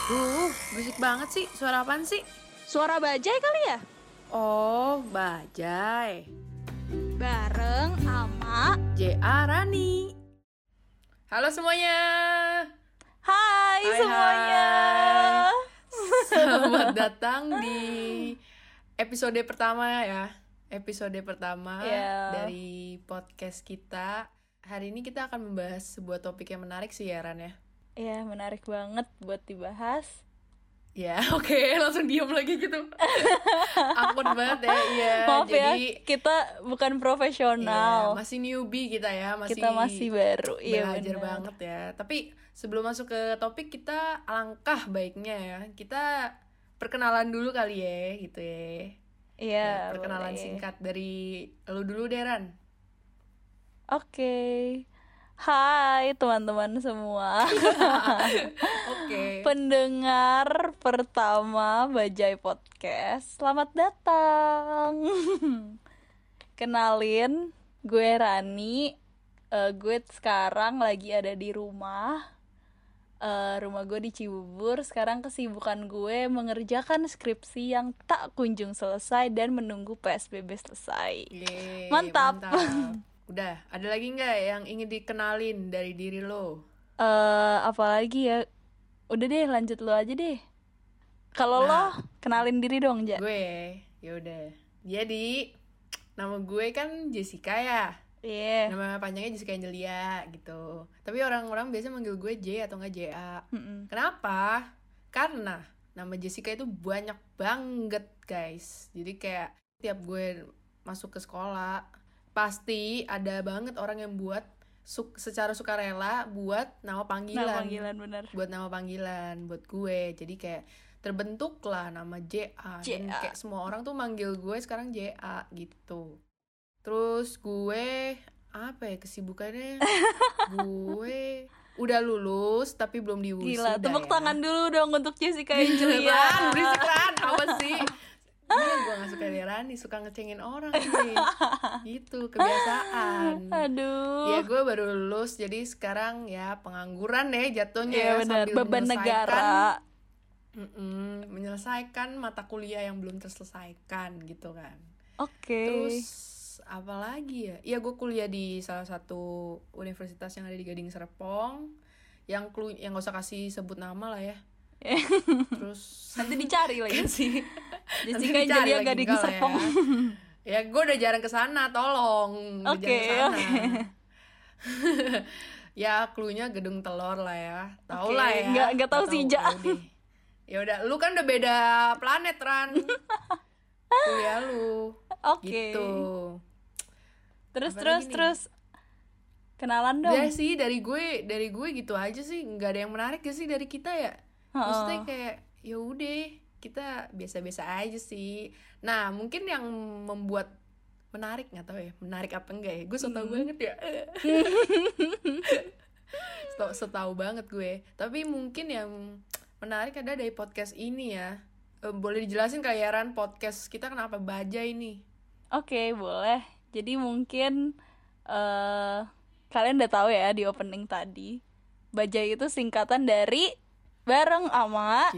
Berisik banget sih. Suara apaan sih? Suara bajai kali ya? Oh, bajai. Bareng sama J.A. Rani. Halo semuanya. Hai semuanya. Selamat datang di episode pertama ya. Episode pertama dari podcast kita. Hari ini kita akan membahas sebuah topik yang menarik sih ya, Ran ya. Iya, menarik banget buat dibahas. Ya, oke, langsung diem lagi gitu. Awkward banget ya. Iya, Maaf jadi ya, kita bukan profesional. iya, masih newbie kita ya, Kita masih baru. Iya, belajar benar. banget ya. Tapi sebelum masuk ke topik, kita alangkah baiknya ya kita perkenalan dulu kali ya, gitu ya. Iya, Perkenalan boleh. singkat dari lu dulu deh, Ran. Oke. Hai teman-teman semua. Oke. Pendengar pertama Bajai Podcast, selamat datang. Kenalin, gue Rani. Gue sekarang lagi ada di rumah. Rumah gue di Cibubur. Sekarang kesibukan gue mengerjakan skripsi yang tak kunjung selesai dan menunggu PSBB selesai. Yeay, Mantap. Udah, ada lagi nggak yang ingin dikenalin dari diri lo? Apalagi ya? Udah deh, lanjut lo aja deh. Kalau lo kenalin diri dong, Ja. Gue, yaudah. Jadi, nama gue kan Jessica ya. Iya. Nama panjangnya Jessica Angelia gitu. Tapi orang-orang biasa manggil gue J atau nggak JA. Kenapa? Karena nama Jessica itu banyak banget, guys. Jadi kayak tiap gue masuk ke sekolah, pasti ada banget orang yang buat secara sukarela buat nama panggilan. Nama panggilan, bener. Buat nama panggilan buat gue. Jadi kayak terbentuklah nama JA. Dan kayak semua orang tuh manggil gue sekarang JA gitu. Terus gue apa ya kesibukannya? Gue udah lulus tapi belum diwisuda. Gila, tepuk tangan dulu dong untuk Jessica Ran, Angelia. berisik Ran, apa sih? Iya, gue gak suka dia Rani, suka ngecengin orang nih. Gitu, kebiasaan. Aduh. Ya gue baru lulus, jadi sekarang ya pengangguran deh jatuhnya. Iya, benar, sambil beban negara. menyelesaikan mata kuliah yang belum terselesaikan gitu kan. Oke. Terus apalagi ya? Iya, gue kuliah di salah satu universitas yang ada di Gading Serpong. Yang gak usah kasih sebut nama lah ya. Terus Nanti dicari lagi sih. Jessica Angelia Gading Serpong. Ya gue udah jarang kesana, tolong. Oke. Ya cluenya Gedung Telur lah ya. Tahu Oke, lah ya. nggak tahu sih, Ja. Ya udah, lu kan udah beda planet, Ran. Kuliah lu. Oke. Gitu. Terus kenalan dong. Ya sih, dari gue gitu aja sih. Nggak ada yang menarik ya sih dari kita ya. Maksudnya kayak ya udah, kita biasa-biasa aja sih. Nah, mungkin yang membuat menarik, nggak tahu ya, menarik apa enggak ya, gue so tau banget ya. So tau banget gue. Tapi mungkin yang menarik ada dari podcast ini ya. Boleh dijelasin kali ya, Ran, podcast kita kenapa Bajai ini? Oke, boleh. Jadi mungkin kalian udah tahu ya di opening tadi, Bajai itu singkatan dari bareng sama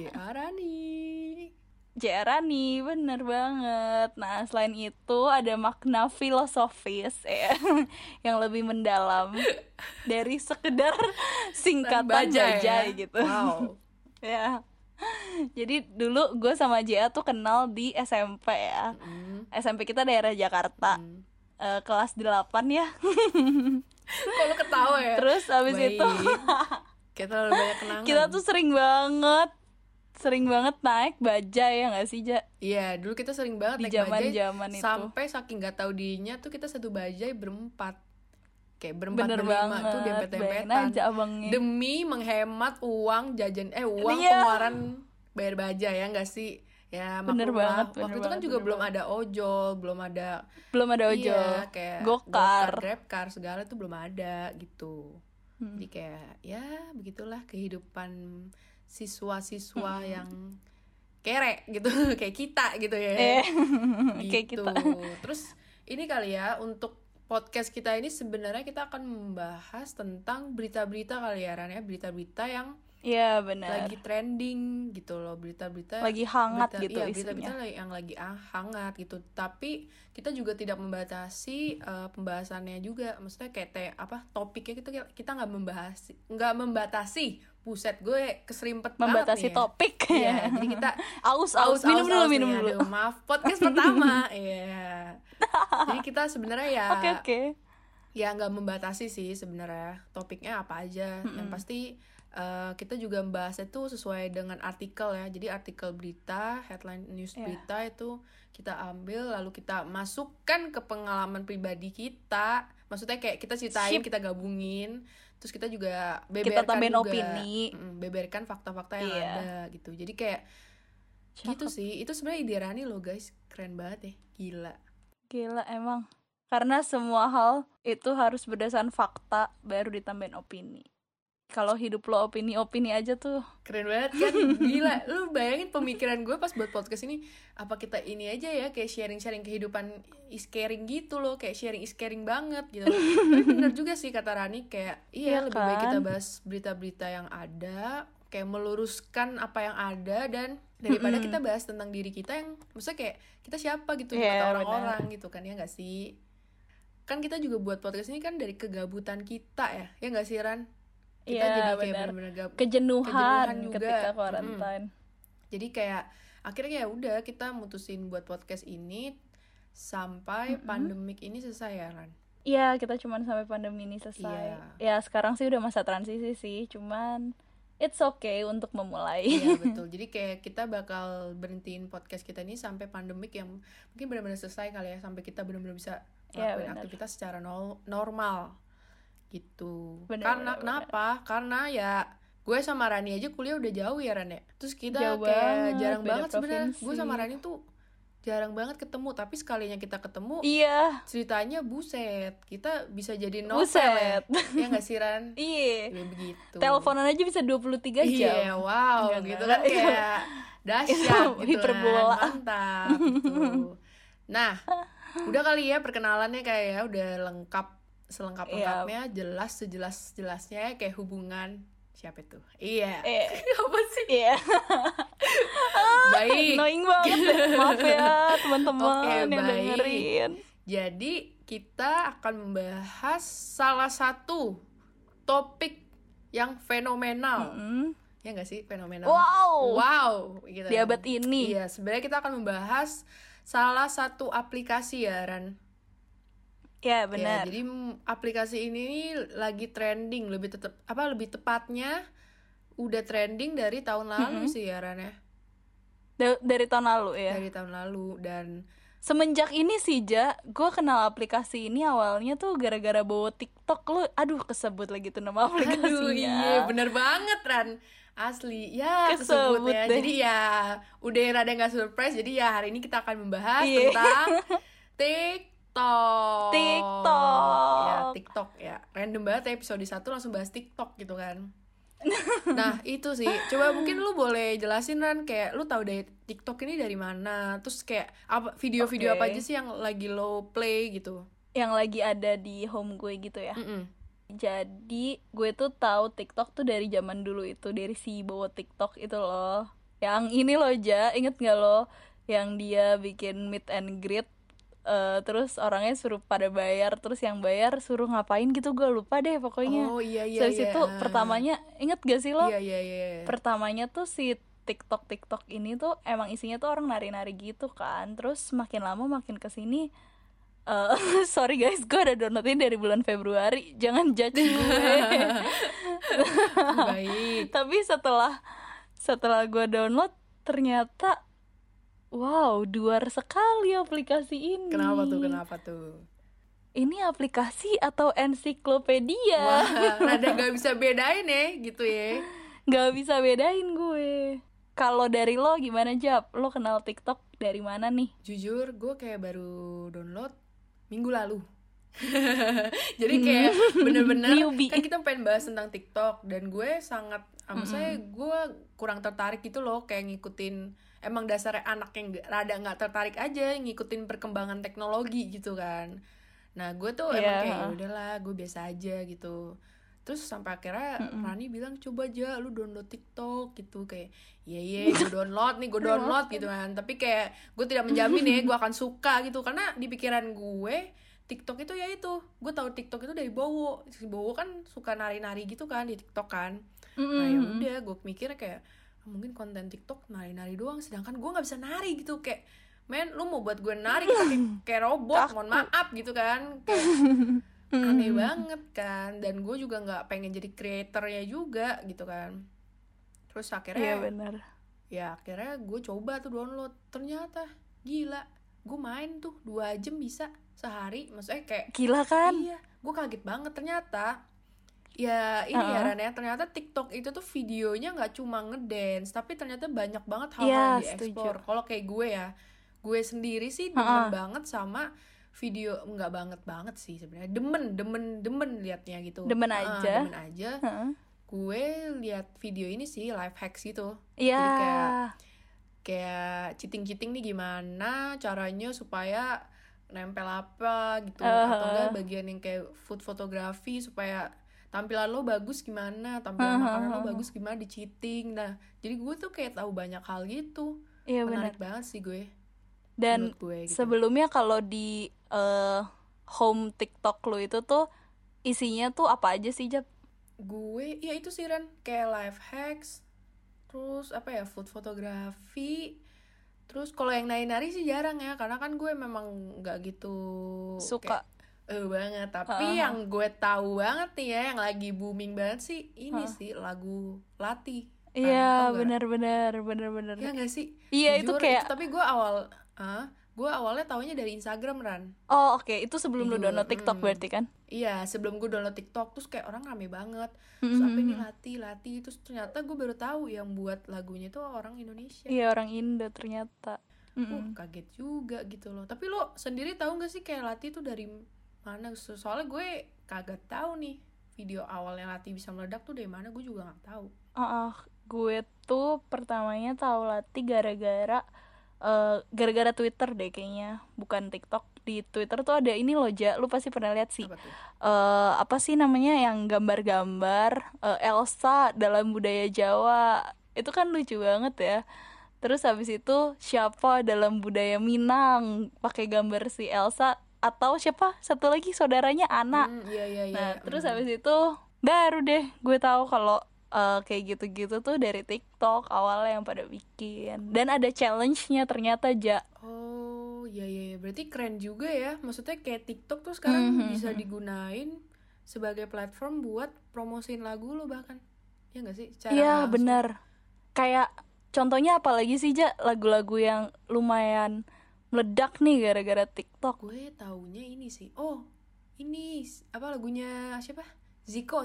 J.A. Rani, bener banget. Nah, selain itu ada makna filosofis ya, yang lebih mendalam dari sekedar singkatan Bajai gitu. Wow. Ya. Jadi dulu gue sama J.A. tuh kenal di SMP ya. SMP kita daerah Jakarta. Kelas 8 ya. Kok lu ketawa ya? Terus abis itu kita terlalu banyak kenangan. Kita tuh sering banget naik bajai, ya nggak sih, Ja? Iya, dulu kita sering banget di naik bajai. Zaman itu. Sampai saking nggak tahu dirinya tuh kita satu bajai berempat. Kayak Bener berlima banget. tuh dempet-dempetan. Bayangin aja abangnya. Demi menghemat uang jajan pengeluaran bayar bajai, ya nggak sih? Ya bener banget, waktu itu kan juga belum ada ojol, belum ada ojol, iya, kayak Gokar, Grabcar segala tuh belum ada gitu. Jadi kayak ya begitulah kehidupan siswa-siswa yang kere gitu. Kayak kita gitu ya. Gitu. Kayak kita. Terus ini kali ya, untuk podcast kita ini sebenarnya kita akan membahas tentang berita-berita kali ya, Ran, ya, berita-berita yang Iya benar. lagi trending gitu loh, berita-berita Lagi hangat gitu berita-berita isunya. yang lagi hangat gitu. Tapi kita juga tidak membatasi pembahasannya juga, maksudnya kayak topiknya kita nggak membatasi. Buset, gue keserimpet banget Membatasi nih ya. topik. Iya, jadi kita aus minum dulu. Aduh, maaf, podcast pertama. Iya. Jadi kita sebenarnya ya Oke. ya nggak membatasi sih sebenarnya topiknya apa aja. Yang pasti kita juga membahasnya tuh sesuai dengan artikel ya. Jadi artikel berita, headline news berita itu kita ambil lalu kita masukkan ke pengalaman pribadi kita. Maksudnya kayak kita ceritain, kita gabungin, terus kita juga beberkan, kita tambahin juga opini, beberkan fakta-fakta yang ada gitu. Jadi kayak gitu sih. Itu sebenarnya ide Rani loh guys, keren banget ya, gila emang. Karena semua hal itu harus berdasarkan fakta baru ditambahin opini. Kalau hidup lo opini aja tuh keren banget kan. Gila, lu bayangin pemikiran gue pas buat podcast ini, apa kita ini aja ya kayak sharing kehidupan is caring gitu loh, kayak sharing is caring banget gitu. Tapi bener juga sih kata Rani, kayak iya lebih baik kita bahas berita-berita yang ada, kayak meluruskan apa yang ada, dan daripada kita bahas tentang diri kita yang maksudnya kayak kita siapa gitu di mata orang-orang gitu kan, ya nggak sih? Kan kita juga buat podcast ini kan dari kegabutan kita ya nggak sih Ran? Kita jadi kayak bener-bener kejenuhan juga ketika quarantine. Jadi kayak akhirnya ya udah kita mutusin buat podcast ini sampai pandemik ini selesai ya Ran. Iya, kita cuman sampai pandemi ini selesai. Ya sekarang sih udah masa transisi sih, cuman it's okay untuk memulai. Iya betul. Jadi kayak kita bakal berhentiin podcast kita ini sampai pandemik yang mungkin benar-benar selesai kali ya, sampai kita benar-benar bisa ngelakuin aktivitas secara normal gitu. Karena kenapa? Karena ya gue sama Rani aja kuliah udah jauh ya Ran ya. Terus kita kayak jarang banget sebenarnya. Gue sama Rani tuh jarang banget ketemu, tapi sekalinya kita ketemu ceritanya buset, kita bisa jadi novel ya nggak sih Ran? Iya begitu. Teleponan aja bisa 23 jam. Iya wow gitu kan, kayak dahsyat gitu kan, mantap gitu. Nah udah kali ya perkenalannya kayak ya udah selengkap-lengkapnya, jelas sejelas-jelasnya kayak hubungan siapa tuh? Iya. Apa sih? Iya. Baik. Annoying banget. Maaf ya teman-teman yang dengerin. Jadi kita akan membahas salah satu topik yang fenomenal. Ya nggak sih, fenomenal. Wow. Gitu. Di abad ini. Iya, sebenarnya kita akan membahas salah satu aplikasi ya Ran. Ya benar. Ya, jadi aplikasi ini lagi trending, lebih tepatnya udah trending dari tahun lalu sih ya Ran ya. Dari tahun lalu ya. Dari tahun lalu, dan semenjak ini sih gue kenal aplikasi ini awalnya tuh gara-gara bawa TikTok. Lu aduh kesebut lagi tuh nama aplikasinya. Aduh iya bener banget Ran, asli ya kesebut ya deh. Jadi ya udah rada nggak surprise, jadi ya hari ini kita akan membahas tentang TikTok. TikTok ya, random banget ya, episode 1 langsung bahas TikTok gitu kan. Nah itu sih, coba mungkin lu boleh jelasin Ran, kayak lu tahu dari TikTok ini dari mana, terus kayak apa video-video apa aja sih yang lagi lo play gitu, yang lagi ada di home gue gitu ya. Jadi gue tuh tahu TikTok tuh dari zaman dulu itu, dari si bawa TikTok itu loh, yang ini loh inget nggak lo, yang dia bikin meet and greet, terus orangnya suruh pada bayar, terus yang bayar suruh ngapain gitu, gue lupa deh pokoknya. Dari situ pertamanya, inget gak sih lo? Pertamanya tuh si TikTok ini tuh emang isinya tuh orang nari-nari gitu kan, terus makin lama makin kesini, sorry guys, gue udah downloadin dari bulan Februari, jangan judge gue. Baik. Tapi setelah gue download ternyata wow, duar sekali aplikasi ini. Kenapa tuh? Ini aplikasi atau ensiklopedia? Wah, rada gak bisa bedain ya, gitu ya. Gak bisa bedain gue. Kalau dari lo gimana Jap? Lo kenal TikTok dari mana nih? Jujur, gue kayak baru download minggu lalu. Jadi kayak bener-bener kan kita pengen bahas tentang TikTok, dan gue sangat maksudnya gue kurang tertarik gitu loh, kayak ngikutin, emang dasarnya anak yang rada nggak tertarik aja ngikutin perkembangan teknologi gitu kan. Nah gue tuh emang kayak udahlah gue biasa aja gitu. Terus sampai akhirnya Rani bilang coba aja lu download TikTok gitu, kayak iya gue download gitu kan. Tapi kayak gue tidak menjamin ya gue akan suka gitu, karena di pikiran gue TikTok itu ya itu, gue tahu TikTok itu dari Bowo. Si Bowo kan suka nari-nari gitu kan di TikTok kan. Nah ya udah gue mikir kayak mungkin konten TikTok nari-nari doang, sedangkan gue nggak bisa nari gitu. Kayak men, lu mau buat gue nari kayak robot, mohon maaf gitu kan, kayak aneh banget kan. Dan gue juga nggak pengen jadi creatornya juga gitu kan. Terus akhirnya akhirnya gue coba tuh download, ternyata gila, gue main tuh 2 jam bisa sehari. Maksudnya kayak gila kan. Iya, gue kaget banget ternyata. Ya ini ya Ran ya, ternyata TikTok itu tuh videonya nggak cuma ngedance, tapi ternyata banyak banget hal yang dieksplor. Kalau kayak gue ya, gue sendiri sih demen banget sama video, nggak banget sih sebenarnya, demen liatnya gitu. Demen aja. Gue lihat video ini sih life hacks gitu. Jadi kayak cheating nih gimana caranya supaya nempel apa gitu, atau enggak bagian yang kayak food photography supaya tampilan lo bagus gimana, tampilan makanan lo bagus gimana di cheating. Nah jadi gue tuh kayak tahu banyak hal gitu. Menarik banget sih gue. Dan gue, gitu. Sebelumnya kalau di home TikTok lo itu tuh isinya tuh apa aja sih, Jap? Gue ya itu sih Ren, kayak life hacks, terus apa ya, food photography. Terus kalau yang nari-nari sih jarang ya, karena kan gue memang nggak gitu suka banget. Tapi yang gue tahu banget nih ya, yang lagi booming banget sih ini sih lagu Lati. Iya benar. Ya nggak sih? Iya jujur, itu kayak tapi gue awalnya taunya dari Instagram Ran. Oh oke. Itu sebelum lu download TikTok berarti kan? Iya sebelum gue download TikTok, terus kayak orang rame banget. Terus apa ini Lati, terus ternyata gue baru tahu yang buat lagunya tuh orang Indonesia. Iya orang Indo ternyata. Kaget juga gitu loh. Tapi lo sendiri tahu nggak sih kayak Lati tuh dari mana? Soalnya gue kagak tahu nih video awalnya Lati bisa meledak tuh dari mana, gue juga nggak tahu. Gue tuh pertamanya tahu Lati gara-gara Twitter deh kayaknya, bukan TikTok. Di Twitter tuh ada ini loh, Ja, lu pasti pernah lihat sih. Apa sih namanya yang gambar-gambar Elsa dalam budaya Jawa. Itu kan lucu banget ya. Terus habis itu siapa dalam budaya Minang pakai gambar si Elsa, atau siapa satu lagi saudaranya Ana. Nah terus habis itu baru deh gue tahu kalau kayak gitu-gitu tuh dari TikTok awalnya yang pada bikin. Dan ada challenge-nya ternyata, Ja. Oh iya berarti keren juga ya. Maksudnya kayak TikTok tuh sekarang bisa digunain sebagai platform buat promosiin lagu lo bahkan. Ya nggak sih? Iya benar. Kayak contohnya apa lagi sih, Ja, lagu-lagu yang lumayan meledak nih gara-gara TikTok? Gue taunya ini sih. Oh, ini apa lagunya siapa? Zico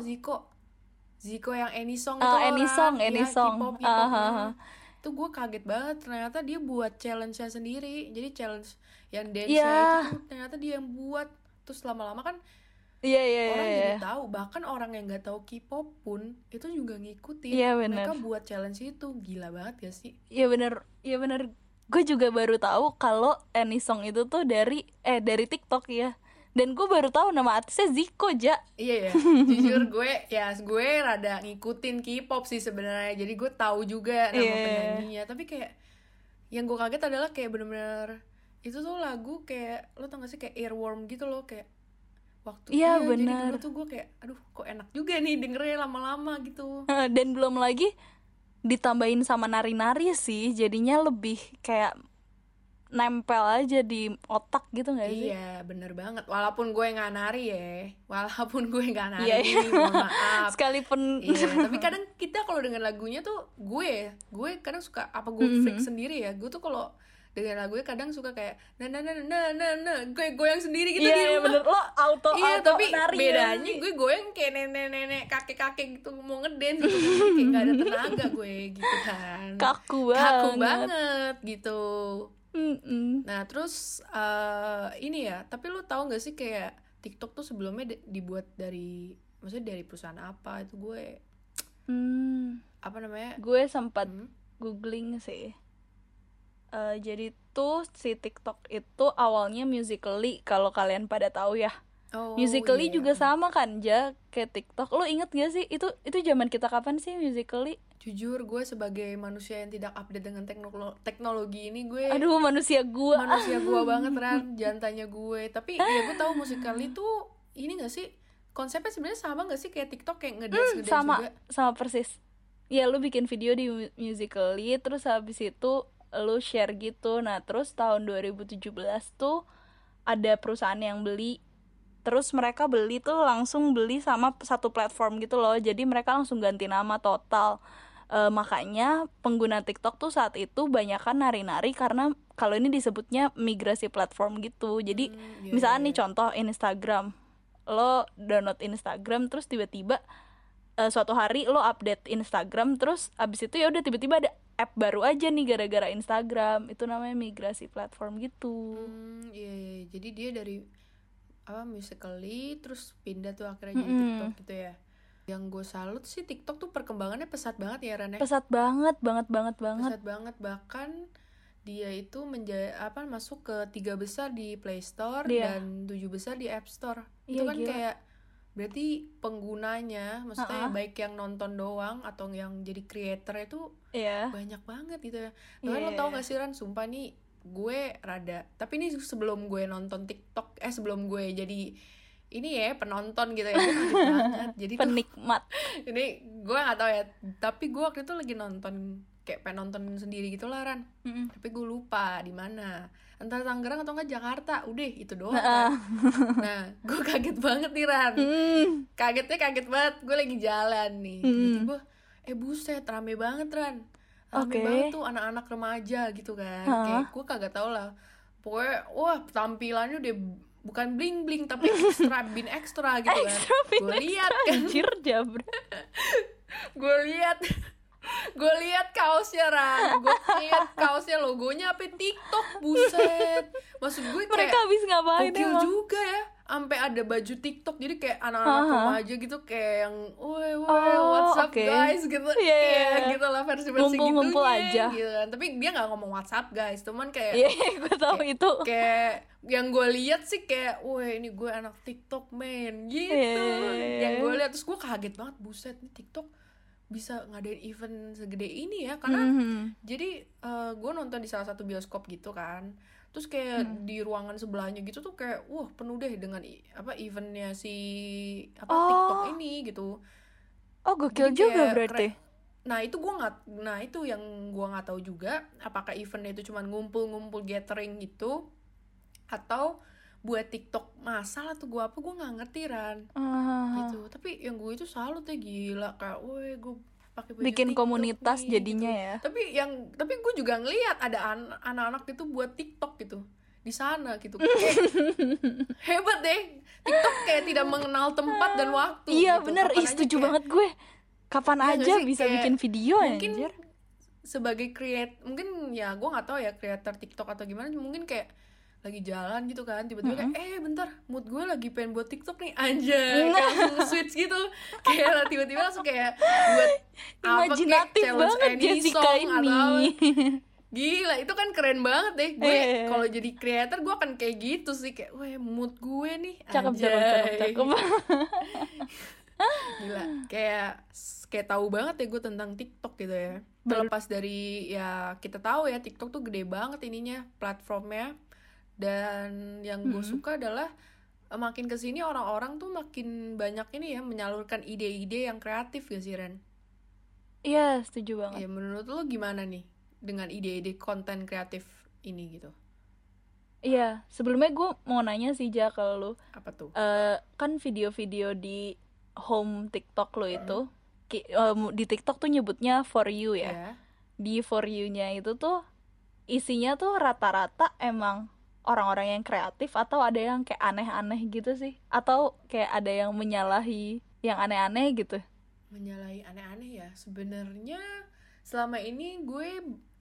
yang Anysong itu Anysong. K-pop. Itu gue kaget banget, ternyata dia buat challenge-nya sendiri. Jadi challenge yang dance-nya itu ternyata dia yang buat. Terus lama-lama kan orang jadi tahu, bahkan orang yang nggak tahu K-pop pun itu juga ngikutin. Mereka buat challenge itu, gila banget ya sih. Iya benar. Gue juga baru tahu kalau Anysong itu tuh dari TikTok ya. Dan gue baru tahu nama artisnya Zico, Ja. Iya. Jujur gue rada ngikutin K-pop sih sebenarnya. Jadi gue tahu juga nama penyanyinya. Tapi kayak yang gue kaget adalah kayak benar-benar itu tuh lagu kayak, lo tau gak sih, kayak earworm gitu loh, kayak waktu jadi dulu tuh gue kayak aduh kok enak juga nih dengernya lama-lama gitu. Dan belum lagi ditambahin sama nari-nari sih, jadinya lebih kayak nempel aja di otak gitu nggak sih? Iya bener banget, walaupun gue nggak nari mohon maaf sekalipun. Tapi kadang kita kalau denger lagunya tuh gue kadang suka gue freak sendiri ya. Gue tuh kalau dengan lagunya kadang suka kayak gue goyang sendiri gitu di rumah. Iya bener, lo auto tapi nari bedanya gue goyang kayak nenek kakek gitu mau ngedance gitu, kayak gak ada tenaga gue gitu kan, kaku banget gitu. Nah terus ini ya, tapi lo tahu nggak sih kayak TikTok tuh sebelumnya dibuat dari, maksudnya dari perusahaan apa itu gue apa namanya, gue sempat googling sih. Jadi tuh si TikTok itu awalnya Musical.ly, kalau kalian pada tahu ya. Musical.ly iya. juga sama kan, kayak TikTok. Lo inget gak sih itu zaman kita kapan sih Musical.ly? Jujur gue sebagai manusia yang tidak update dengan teknologi ini, gue Manusia gua banget Ran, jangan tanya gue. Tapi ya gue tahu Musical.ly tuh ini gak sih, konsepnya sebenarnya sama gak sih kayak TikTok, kayak ngedance juga? Sama persis. Ya lu bikin video di Musical.ly, terus habis itu lu share gitu. Nah terus tahun 2017 tuh ada perusahaan yang beli, terus mereka beli tuh langsung beli sama satu platform gitu loh, jadi mereka langsung ganti nama total. Makanya pengguna TikTok tuh saat itu banyakan nari-nari karena kalau ini disebutnya migrasi platform gitu. Jadi misalnya nih contoh Instagram, lo download Instagram terus tiba-tiba suatu hari lo update Instagram, terus abis itu ya udah tiba-tiba ada app baru aja nih gara-gara Instagram. Itu namanya migrasi platform gitu. Iya. Jadi dia dari Musical.ly terus pindah tuh akhirnya jadi TikTok gitu ya. Yang gue salut sih TikTok tuh perkembangannya pesat banget ya Ran. Pesat banget. Pesat banget, bahkan dia itu masuk ke 3 besar di Play Store dan 7 besar di App Store. Itu kan gila. Kayak berarti penggunanya, maksudnya baik yang nonton doang atau yang jadi creator itu banyak banget gitu ya. Lo tau gak sih Ran, sumpah nih gue rada, tapi ini sebelum gue nonton TikTok, sebelum gue jadi ini ya penonton gitu ya, gue kaget banget. Jadi penikmat tuh, ini gue nggak tahu ya, tapi gue waktu itu lagi nonton kayak penonton sendiri gitu lah Ran. Tapi gue lupa di mana, antara Tangerang atau nggak Jakarta, udah itu doang kan. Nah gue kaget banget nih Ran, kaget banget. Gue lagi jalan nih, tiba-tiba buset rame banget Ran, rame banget tuh anak-anak remaja gitu kan. Kayak gue kagak tau lah, pokoknya wah tampilannya udah bukan bling bling tapi ekstra gitu kan. Gue lihat kan, gue lihat kaosnya Ran, gue lihat kaosnya, logonya apa TikTok, buset. Maksud gue kayak mereka habis ngapain gokil juga ya, sampai ada baju TikTok, jadi kayak anak-anak remaja gitu kayak yang what's up guys gitu, kayak gitu lah versi ngumpul aja gitu kan. Tapi dia nggak ngomong WhatsApp guys, cuman kayak gue tahu kayak, itu kayak yang gue lihat sih kayak ini gue anak TikTok men gitu. Yang gue lihat terus gue kaget banget, buset nih TikTok bisa ngadain event segede ini ya, karena jadi gue nonton di salah satu bioskop gitu kan, terus kayak di ruangan sebelahnya gitu tuh kayak penuh deh dengan eventnya si TikTok ini gitu. Gokil juga berarti. Nah itu yang gue nggak tahu juga, apakah eventnya itu cuma ngumpul gathering gitu atau buat TikTok masal atau gue nggak ngerti Ran. Gitu. Tapi yang gue itu salut ya, gila kayak gue pakai baju bikin TikTok komunitas nih, jadinya gitu. Ya. Tapi gue juga ngelihat ada anak-anak itu buat TikTok gitu di sana gitu. Kayak hebat deh. TikTok kayak tidak mengenal tempat dan waktu. Iya gitu. bener, setuju banget gue. Kapan aja bisa bikin video mungkin anjir. Sebagai mungkin ya gue nggak tahu ya kreator TikTok atau gimana, mungkin kayak lagi jalan gitu kan, tiba-tiba kayak bentar, mood gue lagi pengen buat TikTok nih, anjay, kayak langsung switch gitu, kayak tiba-tiba langsung kayak buat apa kayak challenge any song atau gila, itu kan keren banget deh. Gue kalau jadi creator gue akan kayak gitu sih, kayak mood gue nih, cakep. Gila, kayak tahu banget ya gue tentang TikTok gitu ya. Terlepas dari ya kita tahu ya TikTok tuh gede banget ininya, platformnya. Dan yang gue suka adalah makin kesini orang-orang tuh makin banyak ini ya menyalurkan ide-ide yang kreatif gak sih Ren? Iya setuju banget. Ya menurut lo gimana nih dengan ide-ide konten kreatif ini gitu? Iya, sebelumnya gue mau nanya sih Ja kalau lo apa tuh? Kan video-video di home TikTok lo itu di TikTok tuh nyebutnya For You ya. Di For You-nya itu tuh isinya tuh rata-rata emang orang-orang yang kreatif atau ada yang kayak aneh-aneh gitu sih? Atau kayak ada yang menyalahi yang aneh-aneh gitu? Menyalahi aneh-aneh ya? Sebenarnya selama ini gue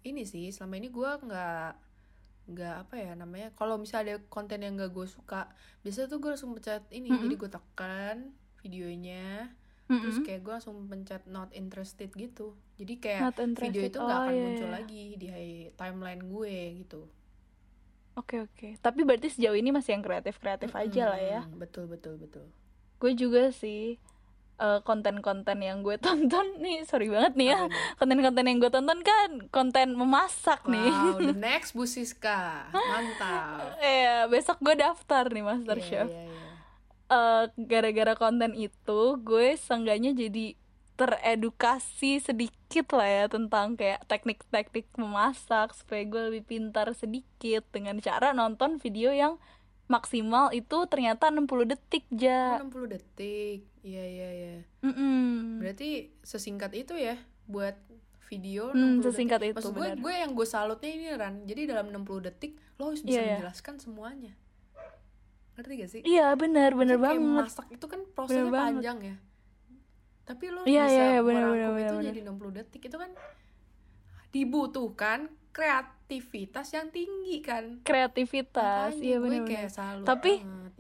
nggak apa ya namanya, kalau misalnya ada konten yang nggak gue suka, biasanya tuh gue langsung pencet ini, jadi gue tekan videonya, terus kayak gue langsung pencet not interested gitu, jadi kayak video itu nggak akan muncul lagi di timeline gue gitu. Oke. Tapi berarti sejauh ini masih yang kreatif aja lah ya. Betul. Gue juga sih, konten-konten yang gue tonton nih, sorry banget nih ya, konten-konten yang gue tonton kan konten memasak nih. Wow, the next Bu Siska, mantap. Besok gue daftar nih MasterChef. Gara-gara konten itu gue seenggaknya jadi teredukasi sedikit lah ya tentang kayak teknik-teknik memasak, supaya gue lebih pintar sedikit dengan cara nonton video yang maksimal itu ternyata 60 detik ja. 60 detik. Iya. Mm-mm. Berarti sesingkat itu ya buat video 60 sesingkat detik. itu. Maksud gue yang gue salutnya ini Ran. Jadi dalam 60 detik lo harus bisa menjelaskan semuanya. Ngerti gak sih? Iya, benar banget. Masak itu kan prosesnya panjang ya. Tapi lo bisa merangkum itu jadi 60 detik. Itu kan dibutuhkan kreativitas yang tinggi kan. Iya benar. Tapi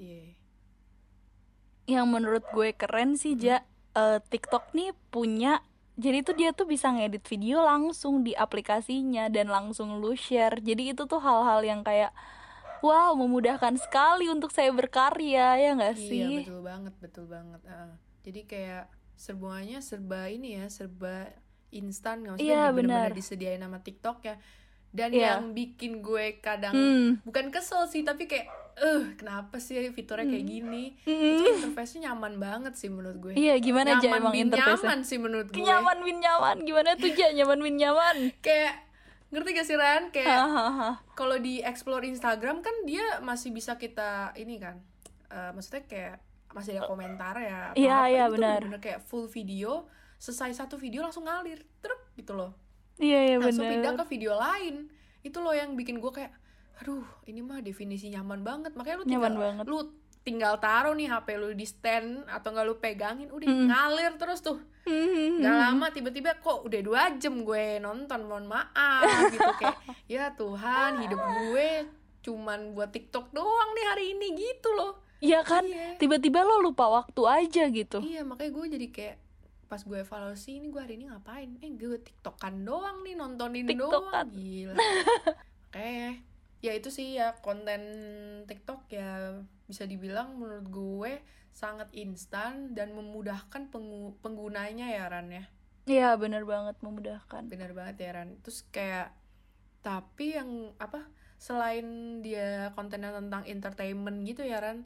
yang menurut gue keren sih ja, TikTok nih punya, jadi tuh dia tuh bisa ngedit video langsung di aplikasinya dan langsung lu share. Jadi itu tuh hal-hal yang kayak wow, memudahkan sekali untuk saya berkarya, ya nggak sih? Iya, betul banget. Jadi kayak semuanya serba instan, nggak maksudnya benar-benar disediain sama TikTok ya. Dan yang bikin gue kadang bukan kesel sih, tapi kayak kenapa sih fiturnya kayak gini? Itu interface-nya nyaman banget sih menurut gue. Iya, gimana aja emang interface-nya? Nyaman sih menurut gue. Nyaman. Gimana tuh ja nyaman? Kayak ngerti gak sih Ran? Kayak kalau di explore Instagram kan dia masih bisa kita ini kan, maksudnya kayak masih ada komentar ya. Iya itu benar. Bener-bener kayak full video, selesai satu video langsung ngalir, truk gitu loh. Iya langsung bener. pindah ke video lain. Itu loh yang bikin gue kayak, aduh ini mah definisi nyaman banget. Makanya lu tinggal taruh nih HP lu di stand atau nggak lu pegangin, udah ngalir terus tuh. Gak lama tiba-tiba kok udah 2 jam gue nonton, mohon maaf gitu. Kayak ya Tuhan, hidup gue cuman buat TikTok doang nih hari ini gitu loh. Iya kan, tiba-tiba lo lupa waktu aja gitu. Iya, makanya gue jadi kayak pas gue evaluasi ini gue hari ini ngapain, gue TikTokan doang nih, nontonin TikTokan doang, gila. Kayak ya itu sih ya, konten TikTok ya bisa dibilang menurut gue sangat instan dan memudahkan penggunanya ya Ran ya. Iya benar banget, memudahkan. Benar banget ya Ran. Terus kayak tapi yang apa, selain dia kontennya tentang entertainment gitu ya Ran,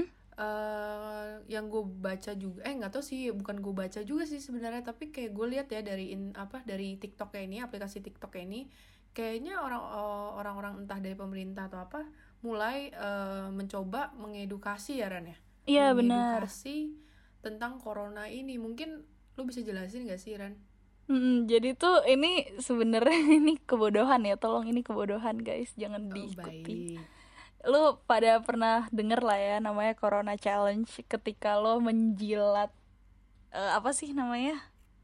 yang gue baca juga, nggak tahu sih, bukan gue baca juga sih sebenarnya, tapi kayak gue lihat ya dari TikTok ini, aplikasi TikTok ini, kayaknya orang-orang entah dari pemerintah atau apa mulai mencoba mengedukasi ya Ran ya. Iya benar. Mengedukasi tentang corona ini. Mungkin lu bisa jelasin nggak sih Ran? Jadi tuh ini sebenarnya ini kebodohan ya, tolong ini kebodohan guys, jangan diikuti. Lu pada pernah denger lah ya namanya Corona Challenge, ketika lo menjilat apa sih namanya?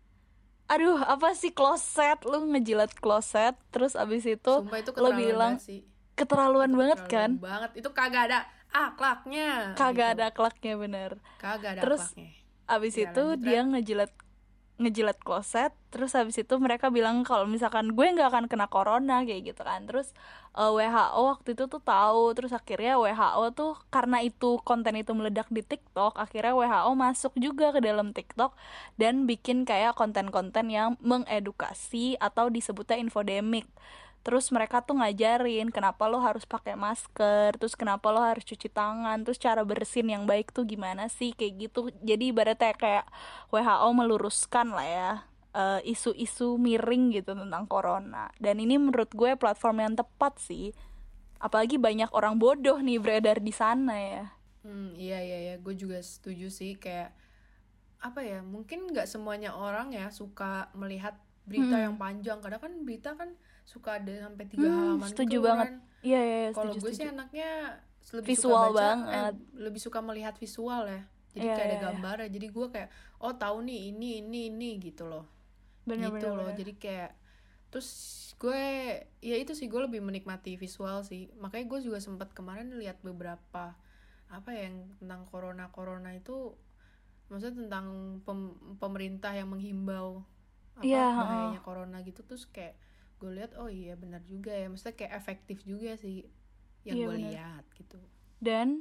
Aduh, apa sih, kloset, lu ngejilat kloset, terus abis itu lo bilang keterlaluan banget kan? Itu kagak ada akhlaknya. Ada akhlaknya, bener. Kagak ada terus, akhlaknya. Abis ya, itu dia ngejilat kloset, terus habis itu mereka bilang kalau misalkan gue nggak akan kena corona kayak gitu kan. Terus WHO waktu itu tuh tahu, terus akhirnya WHO tuh karena itu konten itu meledak di TikTok, akhirnya WHO masuk juga ke dalam TikTok dan bikin kayak konten-konten yang mengedukasi atau disebutnya infodemik. Terus mereka tuh ngajarin kenapa lo harus pakai masker, terus kenapa lo harus cuci tangan, terus cara bersin yang baik tuh gimana sih, kayak gitu. Jadi ibaratnya kayak WHO meluruskan lah ya isu-isu miring gitu tentang corona. Dan ini menurut gue platform yang tepat sih. Apalagi banyak orang bodoh nih beredar di sana ya. Iya, gue juga setuju sih. Kayak apa ya, mungkin nggak semuanya orang ya suka melihat berita yang panjang. Kadang kan berita kan suka ada sampai 3 halaman. Setuju banget. Iya. Kalau gue sih anaknya lebih visual suka baca, banget. Lebih suka melihat visual ya. Jadi kayak ada gambar ya. Jadi gue kayak tahu nih ini gitu loh. Bener. Jadi kayak terus gue ya itu sih, gue lebih menikmati visual sih. Makanya gue juga sempat kemarin lihat beberapa apa yang tentang corona itu, maksudnya tentang pemerintah yang menghimbau bahayanya corona gitu. Terus kayak gue lihat oh iya benar juga ya, maksudnya kayak efektif juga sih. yang gue lihat gitu. Dan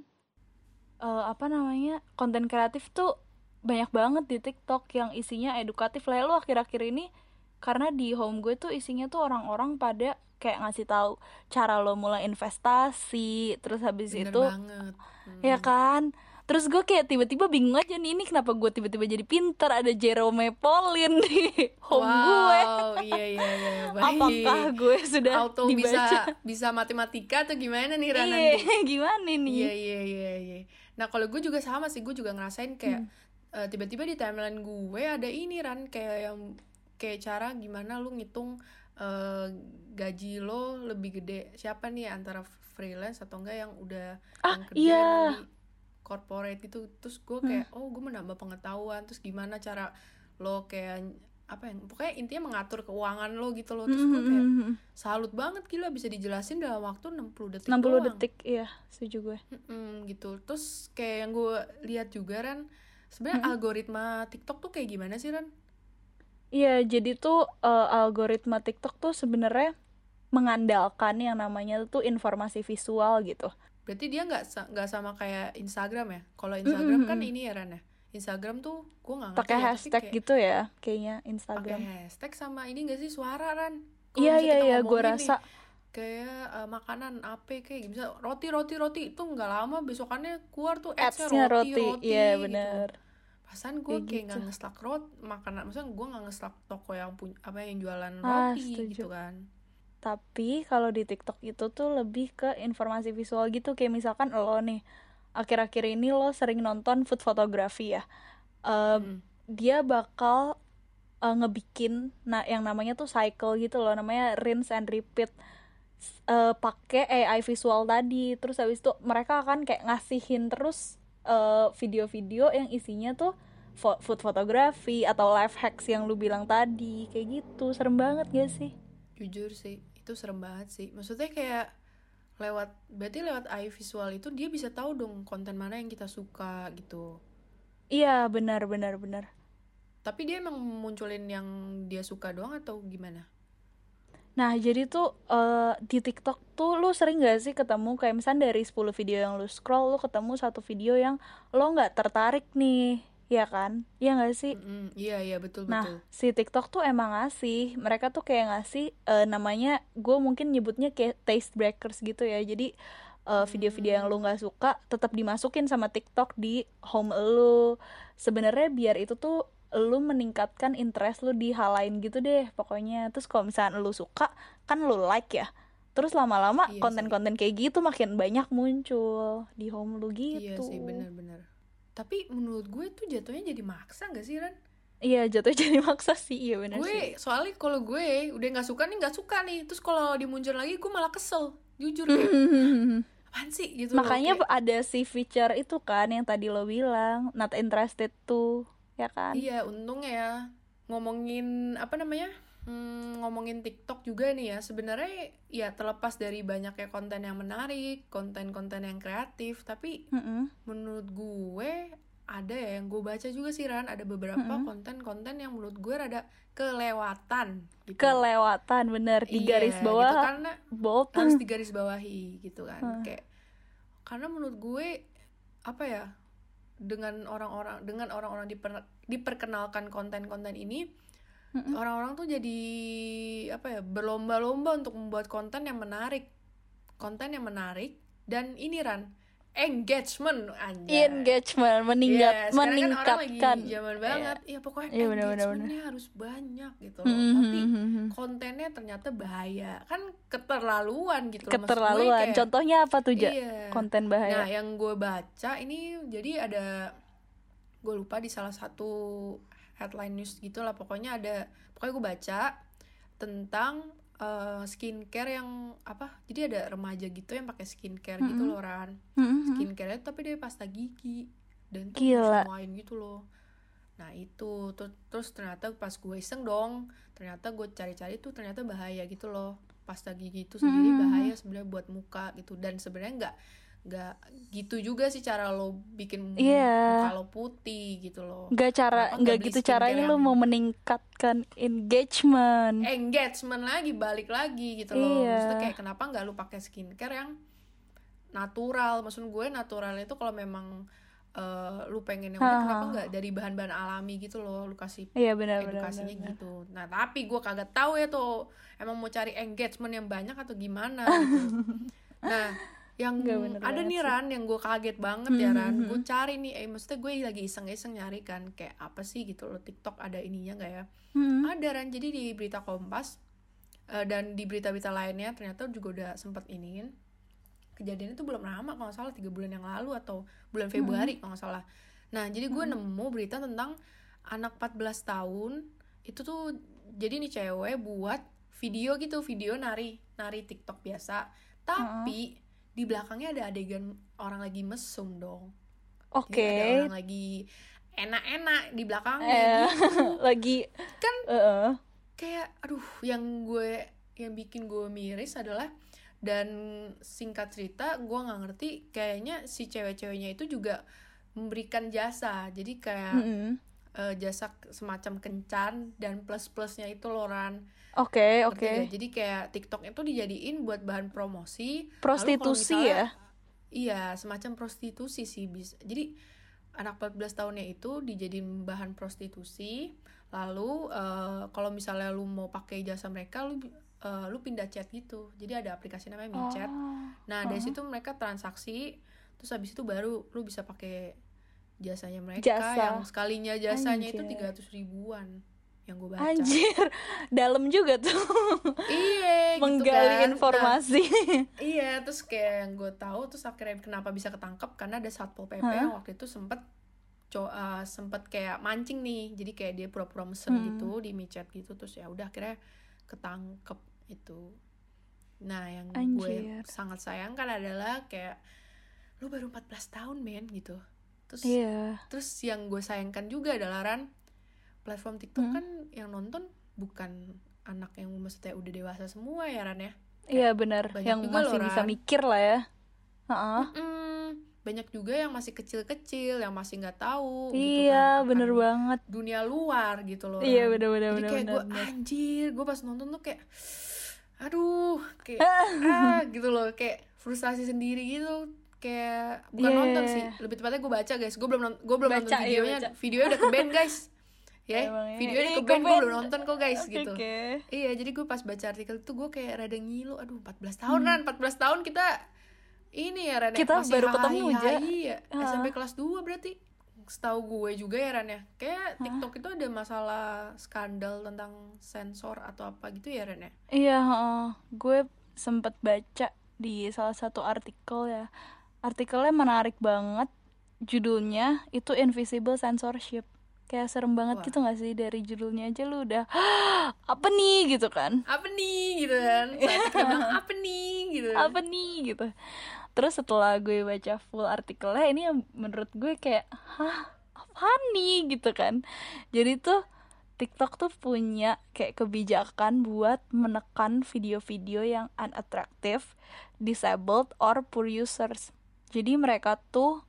konten kreatif tuh banyak banget di TikTok yang isinya edukatif lah. Lu akhir-akhir ini karena di home gue tuh isinya tuh orang-orang pada kayak ngasih tahu cara lo mulai investasi, terus habis Bener itu banget. ya kan. Terus gue kayak tiba-tiba bingung aja nih, ini kenapa gue tiba-tiba jadi pinter, ada Jerome Pauline di home gue. Iya, baik. Apakah gue sudah auto dibaca? bisa matematika atau gimana nih Ran? Gimana nih? Iya. Nah kalau gue juga sama sih, gue juga ngerasain kayak tiba-tiba di timeline gue ada ini Ran, kayak yang kayak cara gimana lu ngitung gaji lo lebih gede siapa nih, antara freelance atau enggak yang udah yang kerja di corporate gitu. Terus gue kayak gue menambah pengetahuan, terus gimana cara lo kayak apa yang pokoknya intinya mengatur keuangan lo gitu loh. Terus gue kayak salut banget, gila bisa dijelasin dalam waktu 60 detik 60 doang. detik, iya setuju gue. Gitu. Terus kayak yang gue lihat juga Ran, sebenarnya algoritma TikTok tuh kayak gimana sih Ran? Iya, jadi tuh algoritma TikTok tuh sebenarnya mengandalkan yang namanya tuh informasi visual gitu. Berarti dia nggak sama kayak Instagram ya? Kalau Instagram kan ini ya Ran ya. Instagram tuh gue nggak ngerti. Pakai hashtag kayak, gitu ya, kayaknya Instagram. Pakai hashtag sama ini nggak sih suara Ran? Iya, gue rasa kayak makanan apa kayak bisa roti itu nggak lama besokannya keluar tuh ads-nya roti. Iya benar. Gitu. Pasan gue kayak nggak ngestak roti makanan, maksudnya gue nggak ngestak toko yang punya apa yang jualan roti gitu kan. Tapi kalau di TikTok itu tuh lebih ke informasi visual gitu, kayak misalkan lo nih akhir-akhir ini lo sering nonton food photography ya, dia bakal ngebikin yang namanya tuh cycle gitu loh, namanya rinse and repeat, pakai AI visual tadi. Terus habis itu mereka akan kayak ngasihin terus video-video yang isinya tuh food photography atau life hacks yang lu bilang tadi, kayak gitu. Serem banget gak sih? Jujur sih itu serem banget sih, maksudnya kayak berarti lewat AI visual itu dia bisa tahu dong konten mana yang kita suka gitu. Iya benar. Tapi dia emang munculin yang dia suka doang atau gimana? Nah jadi tuh di TikTok tuh lu sering gak sih ketemu kayak misalnya dari 10 video yang lu scroll, lu ketemu satu video yang lo gak tertarik nih, ya kan? Iya gak sih? Iya betul. Nah si TikTok tuh emang ngasih, mereka tuh kayak ngasih namanya, gue mungkin nyebutnya kayak taste breakers gitu ya. Jadi video-video yang lu gak suka tetap dimasukin sama TikTok di home lu. Sebenarnya biar itu tuh lu meningkatkan interest lu di hal lain gitu deh pokoknya. Terus kalau misalnya lu suka kan lu like ya, terus lama-lama konten-konten kayak gitu makin banyak muncul di home lu gitu. Iya sih benar. Tapi menurut gue tuh jatuhnya jadi maksa gak sih Ran? Iya jatuhnya jadi maksa sih, iya benar sih. Soalnya kalau gue udah nggak suka nih, terus kalau dimuncul lagi gue malah kesel, jujur kayak apaan sih gitu. Makanya kayak ada si feature itu kan yang tadi lo bilang, not interested tuh, ya kan? Iya untungnya ya. Ngomongin apa namanya? Ngomongin TikTok juga nih ya, sebenarnya ya terlepas dari banyaknya konten yang menarik, konten-konten yang kreatif, tapi menurut gue ada ya yang gue baca juga sih Ran, ada beberapa konten-konten yang menurut gue rada kelewatan gitu. Kelewatan bener, di garis bawah gitu, karena harus digaris bawahi gitu kan. Kayak karena menurut gue apa ya, dengan orang-orang diperkenalkan konten-konten ini, orang-orang tuh jadi apa ya, berlomba-lomba untuk membuat konten yang menarik dan ini Ran, engagement meningkatkan kan zaman banget ya pokoknya engagementnya harus banyak gitu loh. Tapi kontennya ternyata bahaya kan, keterlaluan gitu loh. Kayak, contohnya apa tuh konten bahaya? Nah yang gue baca ini, jadi ada, gue lupa di salah satu headline news gitu lah, pokoknya gue baca tentang skincare yang apa, jadi ada remaja gitu yang pakai skincare gitu loh Ran. Skincare tapi dia pasta gigi dan tuh semuain gitu loh. Nah itu terus ternyata pas gue iseng dong, ternyata gue cari-cari tuh ternyata bahaya gitu loh. Pasta gigi itu sendiri bahaya sebenarnya buat muka gitu, dan sebenarnya nggak gitu juga sih cara lo bikin muka lo putih gitu loh. Nggak gitu caranya lo mau meningkatkan engagement lagi balik lagi gitu loh. Maksudnya kayak kenapa nggak lo pakai skincare yang natural. Maksud gue natural itu kalau memang lu pengen yang unik, kenapa nggak dari bahan-bahan alami gitu loh, lu kasih edukasinya benar. Gitu. Nah tapi gue kagak tahu ya tuh emang mau cari engagement yang banyak atau gimana gitu. Nah yang ada nih Ran, yang gue kaget banget ya Ran, gue cari nih, maksudnya gue lagi iseng-iseng nyari kan kayak apa sih gitu loh, TikTok ada ininya nggak ya? Ada Ran, jadi di berita Kompas dan di berita-berita lainnya ternyata juga udah sempet iniin. Kejadiannya itu belum lama kalau nggak salah, 3 bulan yang lalu atau bulan Februari kalau nggak salah. Nah jadi gue nemu berita tentang anak 14 tahun itu tuh, jadi nih cewek buat video gitu, video nari TikTok biasa, tapi di belakangnya ada adegan orang lagi mesum dong. Jadi ada orang lagi enak-enak di belakangnya gitu. Lagi kan kayak aduh, yang bikin gue miris adalah, dan singkat cerita gue nggak ngerti, kayaknya si cewek-ceweknya itu juga memberikan jasa, jadi kayak jasa semacam kencan dan plus-plusnya itu Loran. Oke. Jadi kayak TikTok itu dijadiin buat bahan promosi, prostitusi misalnya, ya. Iya, semacam prostitusi sih bisa. Jadi anak 14 tahunnya itu dijadiin bahan prostitusi. Lalu kalau misalnya lu mau pakai jasa mereka, lu pindah chat gitu. Jadi ada aplikasi namanya MiChat. Nah dari situ mereka transaksi, terus habis itu baru lu bisa pakai jasanya mereka. Yang sekalinya jasanya itu 300 ribuan yang gue baca. Anjir, dalam juga tuh. Iya, menggali gitu kan. informasi. Nah, iya, terus kayak yang gue tahu, terus akhirnya kenapa bisa ketangkep, karena ada Satpol PP yang waktu itu sempet kayak mancing nih. Jadi kayak dia pura-pura mesen gitu di MiChat gitu, terus ya udah akhirnya ketangkep itu. Nah yang gue sangat sayangkan adalah kayak lu baru 14 tahun men gitu. Terus yang gue sayangkan juga adalah Ran, platform TikTok kan yang nonton bukan anak yang maksudnya udah dewasa semua ya Ran ya. Iya benar, yang masih bisa mikir lah ya. Banyak juga yang masih kecil-kecil, yang masih nggak tahu gitu kan, bener banget, dunia luar gitu loh. Iya bener. Jadi kayak gue anjir, gue pas nonton tuh kayak aduh, kayak gitu loh, kayak frustasi sendiri gitu. Kayak bukan nonton sih, lebih tepatnya gue baca guys. Gue belum nonton videonya. Videonya udah ke-ban guys. Videonya ke-ban, gue belum nonton kok guys gitu. Iya, jadi gue pas baca artikel itu gue kayak rada ngilu. Aduh, 14 tahun Ran, 14 tahun kita ini ya Ran, kita masih baru ketemu aja ya. SMP kelas 2 berarti. Setahu gue juga ya Ran ya, kayak TikTok itu ada masalah skandal tentang sensor atau apa gitu ya Ran ya. Iya, gue sempet baca di salah satu artikel ya. Artikelnya menarik banget, judulnya itu Invisible Censorship. Kayak serem banget gitu gak sih, dari judulnya aja lu udah apa nih gitu kan. Apa nih gitu kan. Saat kita bilang apa nih gitu. Terus setelah gue baca full artikelnya, ini yang menurut gue kayak apa nih gitu kan. Jadi tuh TikTok tuh punya kayak kebijakan buat menekan video-video yang unattractive, disabled, or poor users. Jadi mereka tuh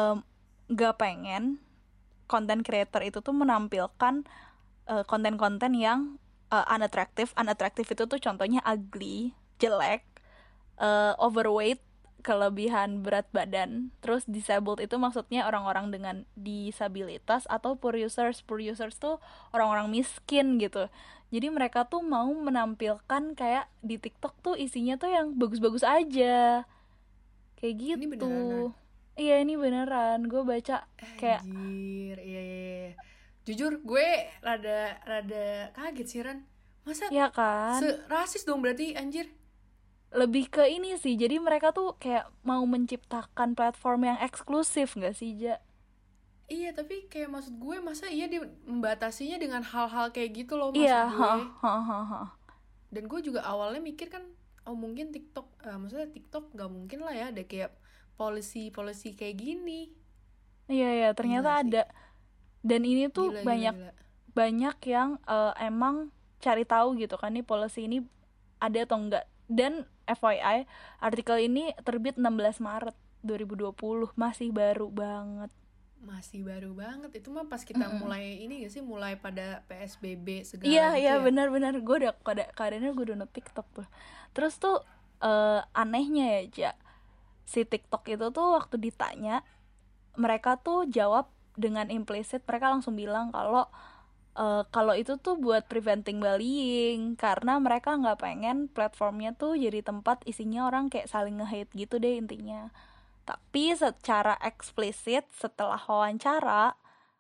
gak pengen content creator itu tuh menampilkan konten-konten yang unattractive. Unattractive itu tuh contohnya ugly, jelek, overweight, kelebihan berat badan. Terus disabled itu maksudnya orang-orang dengan disabilitas, atau poor users. Poor users tuh orang-orang miskin gitu. Jadi mereka tuh mau menampilkan kayak di TikTok tuh isinya tuh yang bagus-bagus aja. Kayak gitu. Ini beneran? Iya, ini beneran. Gue baca kayak anjir, iya. Jujur gue rada kaget sih Ran. Masa ya kan? Rasis dong berarti anjir. Lebih ke ini sih, jadi mereka tuh kayak mau menciptakan platform yang eksklusif gak sih, Ja? Iya, tapi kayak maksud gue masa dia membatasinya dengan hal-hal kayak gitu loh, maksud gue. Dan gue juga awalnya mikir kan, mungkin TikTok, maksudnya TikTok gak mungkin lah ya ada kayak policy kayak gini. Iya, ternyata ada. Dan ini tuh banyak yang emang cari tahu gitu kan, nih policy ini ada atau enggak. Dan FYI, artikel ini terbit 16 Maret 2020, masih baru banget. Itu mah pas kita mulai ini gak sih, mulai pada PSBB segala gitu. Iya, benar. Gue udah keadaannya gue download TikTok tuh. Terus tuh anehnya ya, Ja, si TikTok itu tuh waktu ditanya, mereka tuh jawab dengan implisit, mereka langsung bilang kalau itu tuh buat preventing bullying, karena mereka nggak pengen platformnya tuh jadi tempat isinya orang kayak saling nge-hate gitu deh intinya. Tapi secara eksplisit setelah wawancara,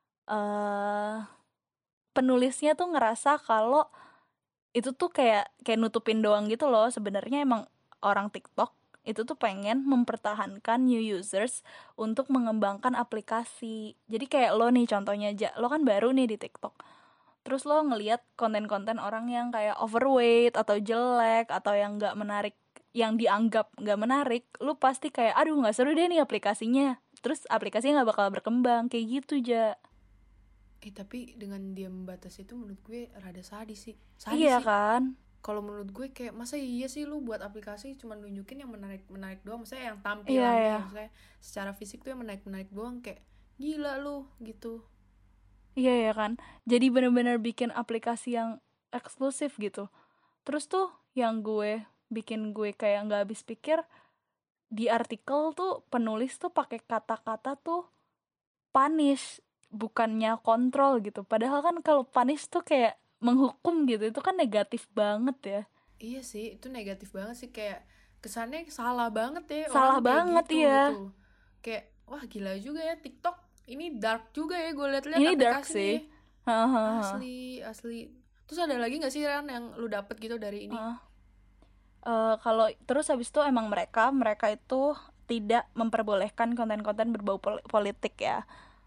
penulisnya tuh ngerasa kalau itu tuh kayak nutupin doang gitu loh. Sebenarnya emang orang TikTok itu tuh pengen mempertahankan new users untuk mengembangkan aplikasi. Jadi kayak lo nih contohnya aja, lo kan baru nih di TikTok. Terus lo ngelihat konten-konten orang yang kayak overweight atau jelek atau yang nggak menarik, yang dianggap nggak menarik, lo pasti kayak aduh nggak seru deh nih aplikasinya. Terus aplikasinya nggak bakal berkembang kayak gitu aja. Tapi dengan dia membatasi itu menurut gue rada sadis sih. Sadis iya sih. Kan? Kalau menurut gue kayak masa iya sih lu buat aplikasi cuma nunjukin yang menarik doang, maksudnya yang tampilannya, maksudnya secara fisik tuh yang menarik doang, kayak gila lu gitu. Iya kan. Jadi benar-benar bikin aplikasi yang eksklusif gitu. Terus tuh yang bikin gue kayak nggak habis pikir, di artikel tuh penulis tuh pakai kata-kata tuh punish, bukannya kontrol gitu. Padahal kan kalau punish tuh kayak menghukum gitu, itu kan negatif banget ya. Iya sih, itu negatif banget sih, kayak kesannya salah banget ya. Salah orang banget gitu, iya gitu. Kayak wah gila juga ya TikTok, ini dark juga ya, gue liat-liat ini aplikasinya. Dark sih. Asli. Terus ada lagi nggak sih Ran yang lu dapet gitu dari ini? Kalau terus habis itu emang mereka itu tidak memperbolehkan konten-konten berbau politik ya.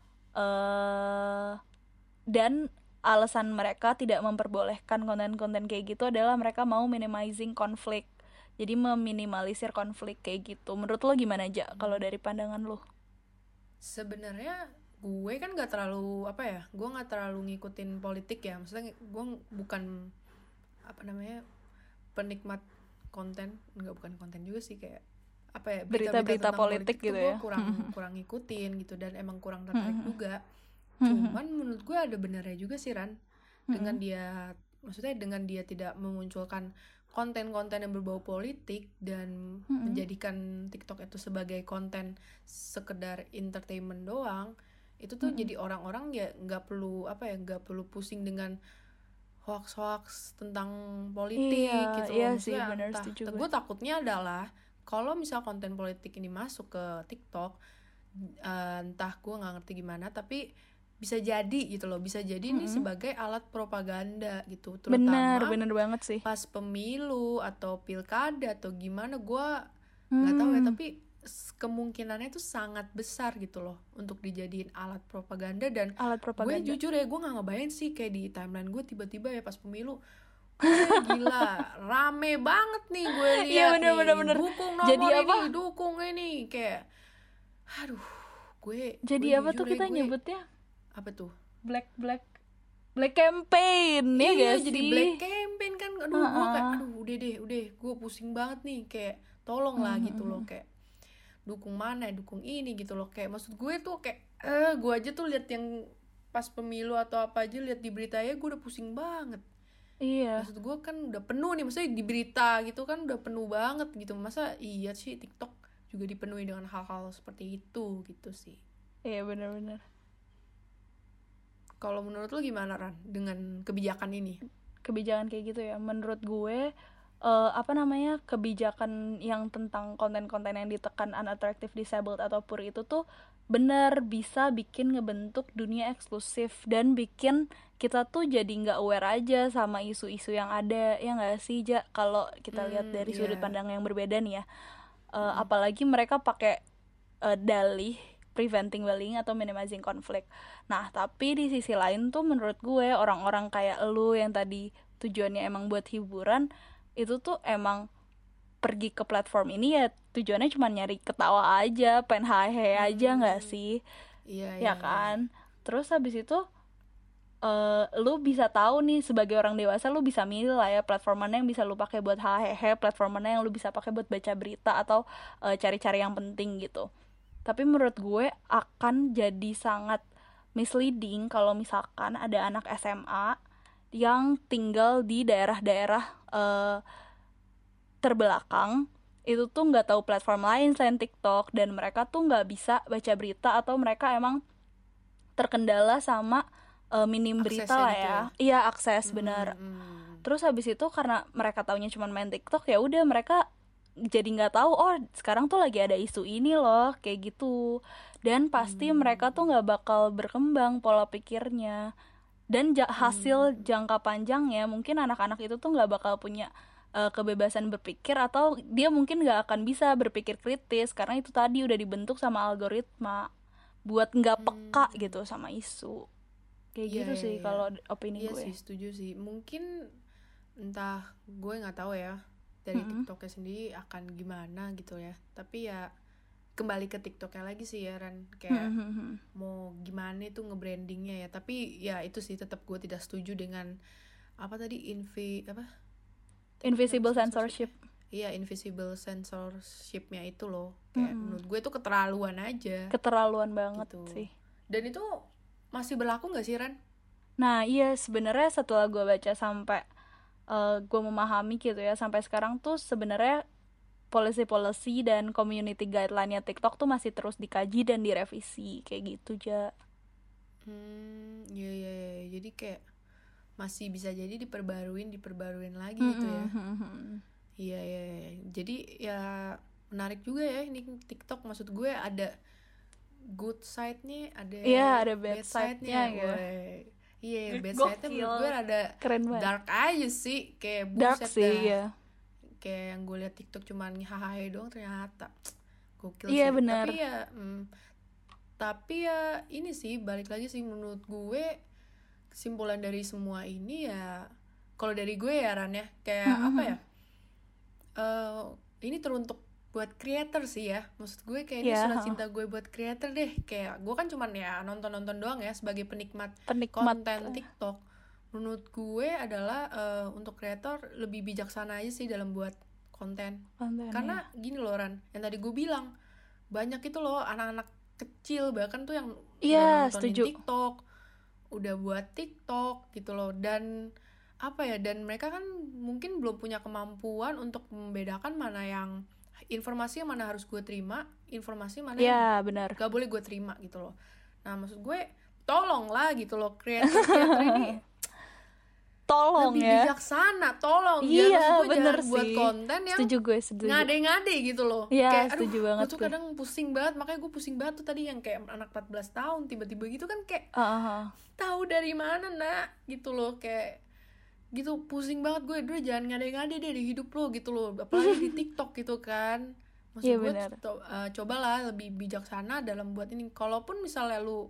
Dan alasan mereka tidak memperbolehkan konten-konten kayak gitu adalah mereka mau minimizing konflik. Jadi meminimalisir konflik kayak gitu. Menurut lo gimana aja kalau dari pandangan lo? Sebenarnya gue kan nggak terlalu gue nggak terlalu ngikutin politik ya. Maksudnya gue bukan penikmat konten, bukan konten juga sih, kayak berita-berita politik gitu ya. Gue kurang ngikutin gitu, dan emang kurang tertarik juga. Cuman menurut gue ada benarnya juga sih Ran, dengan dia tidak memunculkan konten-konten yang berbau politik dan menjadikan TikTok itu sebagai konten sekedar entertainment doang. Itu tuh jadi orang-orang ya nggak perlu pusing dengan hoax tentang politik gitu loh. Maksudnya gue takutnya adalah kalau misal konten politik ini masuk ke TikTok, entah gue nggak ngerti gimana, tapi bisa jadi gitu loh, bisa jadi ini sebagai alat propaganda gitu, terutama bener banget sih. Pas pemilu atau pilkada atau gimana, gue nggak tahu ya, tapi kemungkinannya itu sangat besar gitu loh untuk dijadiin alat propaganda. Dan gue jujur ya, gue nggak ngebayang sih kayak di timeline gue tiba-tiba ya pas pemilu, gila rame banget nih gue lihat bener. Dukung nomor jadi ini, dukung ini, kayak aduh gue jadi apa tuh kita nyebutnya apa tuh, black campaign ya guys, jadi black campaign kan. Aduh gue kayak udah gue pusing banget nih, kayak tolong lah gitu loh, kayak dukung mana, dukung ini gitu loh. Kayak maksud gue tuh kayak gue aja tuh lihat yang pas pemilu atau apa aja, lihat di berita ya gue udah pusing banget. Iya, maksud gue kan udah penuh nih, maksudnya di berita gitu kan udah penuh banget gitu, masa iya sih TikTok juga dipenuhi dengan hal-hal seperti itu gitu sih. Iya benar. Kalau menurut lo gimana Ran dengan kebijakan ini? Kebijakan kayak gitu ya, menurut gue kebijakan yang tentang konten-konten yang ditekan unattractive, disabled atau poor itu tuh benar bisa bikin ngebentuk dunia eksklusif dan bikin kita tuh jadi nggak aware aja sama isu-isu yang ada, ya nggak sih Ja? Kalau kita lihat dari sudut pandang yang berbeda nih ya, apalagi mereka pakai dalih preventing bullying atau minimizing konflik. Nah, tapi di sisi lain tuh menurut gue orang-orang kayak lu yang tadi tujuannya emang buat hiburan, itu tuh emang pergi ke platform ini ya tujuannya cuma nyari ketawa aja, pengen hahe aja nggak sih? Iya kan? Terus habis itu lu bisa tahu nih sebagai orang dewasa, lu bisa milih lah ya platform mana yang bisa lu pakai buat hahe, platform mana yang lu bisa pakai buat baca berita atau cari-cari yang penting gitu. Tapi menurut gue akan jadi sangat misleading kalau misalkan ada anak SMA yang tinggal di daerah-daerah terbelakang itu tuh nggak tahu platform lain selain TikTok, dan mereka tuh nggak bisa baca berita, atau mereka emang terkendala sama minim berita lah gitu ya. Iya, akses bener. Mm-mm. Terus habis itu karena mereka taunya cuma main TikTok, ya udah mereka jadi nggak tahu oh sekarang tuh lagi ada isu ini loh kayak gitu. Dan pasti mereka tuh nggak bakal berkembang pola pikirnya, dan hasil jangka panjangnya mungkin anak-anak itu tuh nggak bakal punya kebebasan berpikir, atau dia mungkin nggak akan bisa berpikir kritis karena itu tadi udah dibentuk sama algoritma buat nggak peka gitu sama isu kayak gitu sih. Kalau opini gue sih, setuju sih. Mungkin entah, gue nggak tahu ya dari TikToknya sendiri akan gimana gitu ya, tapi ya kembali ke TikToknya lagi sih ya Ran, kayak mau gimana itu nge-brandingnya ya. Tapi ya itu sih, tetap gue tidak setuju dengan apa tadi invisible censorship. Iya, invisible censorshipnya itu loh, kayak menurut gue itu keterlaluan aja, keterlaluan banget gitu sih. Dan itu masih berlaku nggak sih Ran? Nah iya, sebenarnya setelah gue baca sampai gue memahami gitu ya, sampai sekarang tuh sebenarnya policy dan community guideline-nya TikTok tuh masih terus dikaji dan direvisi kayak gitu aja. Iya. Jadi kayak masih bisa jadi diperbaruin lagi gitu ya. Iya. Jadi ya menarik juga ya ini TikTok. Maksud gue ada good side-nya, ada bad side-nya ya. Iya, bad side-nya menurut gue ada dark aja sih, kayak dark sih ya. Kayak yang gue liat TikTok cuman hahaha doang, ternyata gokil sih. Iya benar. Tapi ya ini sih balik lagi sih, menurut gue kesimpulan dari semua ini ya, kalau dari gue ya Ran ya, kayak apa ya, ini teruntuk buat creator sih ya. Maksud gue kayak ini surat cinta gue buat creator deh. Kayak gue kan cuman ya nonton doang ya sebagai penikmat konten TikTok. Menurut gue adalah untuk kreator lebih bijaksana aja sih dalam buat konten. Karena gini loh Ran, yang tadi gue bilang, banyak itu loh anak-anak kecil bahkan tuh yang udah nontonin TikTok, udah buat TikTok gitu loh. Dan dan mereka kan mungkin belum punya kemampuan untuk membedakan mana yang informasi yang mana harus gue terima, informasi mana yang gak boleh gue terima gitu loh. Nah maksud gue tolonglah gitu loh, kreator ini tolong lebih ya, bijaksana, tolong. Iya gue bener jangan sih, buat konten yang setuju. ngade-ngade gitu loh. Iya, kayak setuju banget. Gue tuh kadang pusing banget, makanya gue pusing banget tuh tadi yang kayak anak 14 tahun tiba-tiba gitu kan, kayak tahu dari mana nak gitu loh, kayak gitu pusing banget gue. Dulu jangan ngade-ngade deh di hidup lo gitu loh, apalagi di TikTok gitu kan. Maksud gue cobalah lebih bijaksana dalam buat ini. Kalaupun misalnya lu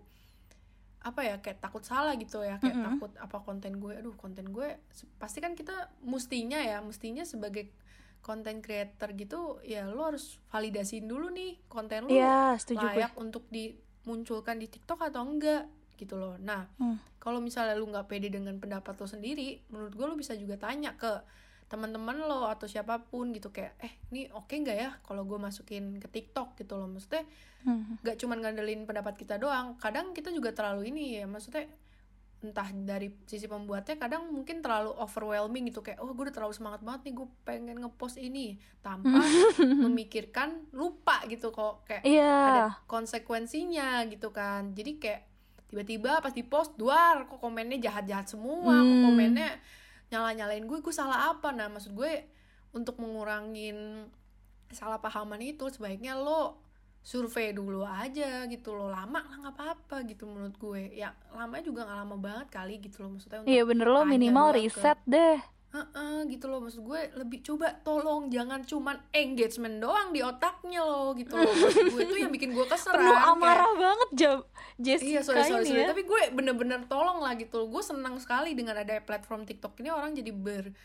kayak takut salah gitu ya, kayak takut konten gue pasti kan kita mestinya sebagai content creator gitu ya, lo harus validasiin dulu nih konten lo layak untuk dimunculkan di TikTok atau enggak gitu loh. Nah kalau misalnya lu nggak pede dengan pendapat lo sendiri, menurut gue lo bisa juga tanya ke teman-teman lo atau siapapun gitu, kayak ini oke nggak ya kalau gue masukin ke TikTok gitu loh. Maksudnya nggak cuma ngandelin pendapat kita doang, kadang kita juga terlalu ini ya, maksudnya entah dari sisi pembuatnya kadang mungkin terlalu overwhelming gitu, kayak gue udah terlalu semangat banget nih, gue pengen ngepost ini tanpa memikirkan, lupa gitu kok kayak ada konsekuensinya gitu kan. Jadi kayak tiba-tiba pas di post kok komennya jahat-jahat semua, kok komennya nyalain gue salah apa. Nah maksud gue untuk mengurangin salah pahaman itu sebaiknya lo survei dulu aja gitu loh. Lama lah nggak apa-apa gitu menurut gue ya, lamanya juga nggak lama banget kali gitu loh. Maksudnya untuk bener lo minimal riset deh gitu loh. Maksud gue lebih coba tolong jangan cuman engagement doang di otaknya lo gitu loh. Maksud gue itu yang bikin gue kesel, penuh amarah banget Jessica sorry. Tapi gue bener-bener tolong lah gitu loh. Gue senang sekali dengan ada platform TikTok ini, orang jadi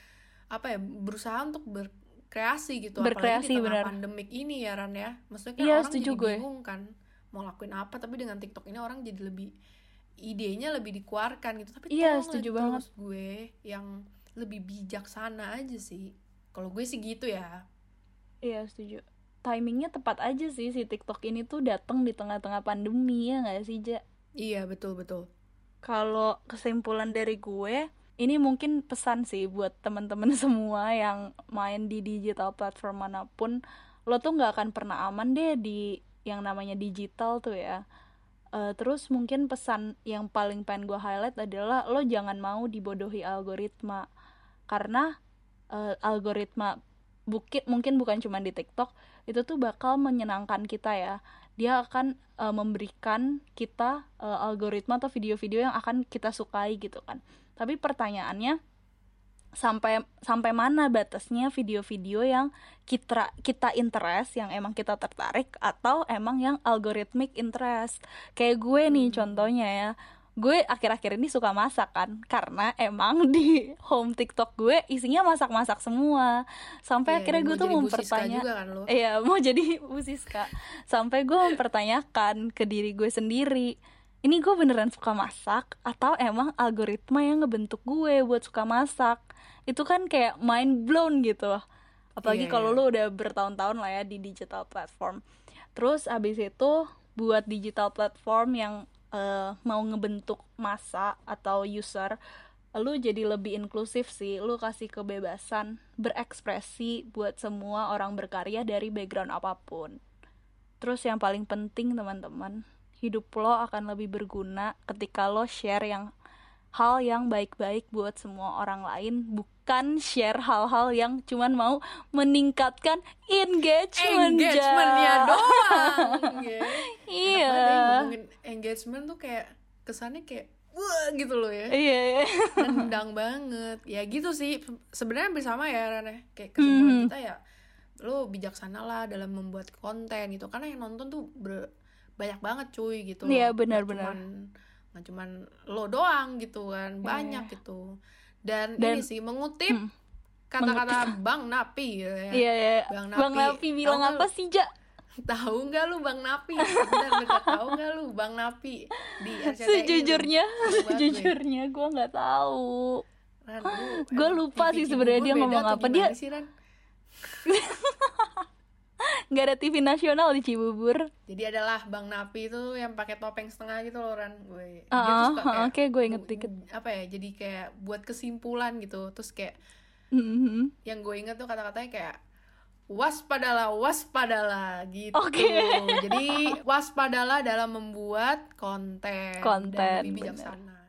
berusaha untuk berkreasi gitu, apalagi di tengah pandemik ini ya Ran ya. Maksudnya kan orang jadi bingung kan mau lakuin apa, tapi dengan TikTok ini orang jadi lebih, idenya lebih dikeluarkan gitu. Tapi setuju banget gue yang lebih bijaksana aja sih, kalau gue sih gitu ya. Iya setuju, timingnya tepat aja sih si TikTok ini tuh datang di tengah-tengah pandemi ya nggak sih Ja? Iya betul. Kalau kesimpulan dari gue ini mungkin pesan sih buat teman-teman semua yang main di digital platform manapun, lo tuh nggak akan pernah aman deh di yang namanya digital tuh ya. Terus mungkin pesan yang paling pengen gue highlight adalah lo jangan mau dibodohi algoritma, karena algoritma mungkin bukan cuma di TikTok, itu tuh bakal menyenangkan kita ya. Dia akan memberikan kita algoritma atau video-video yang akan kita sukai gitu kan. Tapi pertanyaannya, sampai mana batasnya video-video yang kita interest, yang emang kita tertarik, atau emang yang algorithmic interest. Kayak gue nih contohnya ya, gue akhir-akhir ini suka masak kan, karena emang di home TikTok gue isinya masak-masak semua. Sampai akhirnya gue tuh mempertanyakan, iya mau jadi Bu Siska. Sampai gue mempertanyakan ke diri gue sendiri, ini gue beneran suka masak atau emang algoritma yang ngebentuk gue buat suka masak? Itu kan kayak mind blown gitu. Apalagi kalau lu udah bertahun-tahun lah ya di digital platform. Terus abis itu buat digital platform yang mau ngebentuk masa atau user, lu jadi lebih inklusif sih. Lu kasih kebebasan berekspresi buat semua orang berkarya dari background apapun. Terus yang paling penting teman-teman, hidup lo akan lebih berguna ketika lo share hal yang baik-baik buat semua orang lain, bukan share hal-hal yang cuman mau meningkatkan engagementnya doang. Iya. Ngomongin engagement tuh kayak kesannya kayak wah gitu loh ya. Iya. Nendang banget. Ya gitu sih. Sebenarnya bersama ya Rane. Kayak kesimpulan kita ya, lo bijaksana lah dalam membuat konten gitu. Karena yang nonton tuh banyak banget cuy gitu. Iya benar-benar. Nggak cuman lo doang gitu kan, banyak gitu. Dan ini sih mengutip kata-kata Bang Napi ya. Iya. Bang Napi bilang apa sih, Ja? Tahu nggak lu Bang Napi? Bener tahu nggak lu Bang Napi di RCTI? Sejujurnya gue nggak tahu. Gue lupa sih sebenarnya dia ngomong apa. Dia nggak ada TV nasional di Cibubur. Jadi adalah Bang Napi itu yang pakai topeng setengah gitu loh Ran. Gue kayak gue inget dikit. Apa ya, jadi kayak buat kesimpulan gitu. Terus kayak yang gue inget tuh kata-katanya kayak waspadalah gitu. Jadi waspadalah dalam membuat konten dan lebih bijaksana.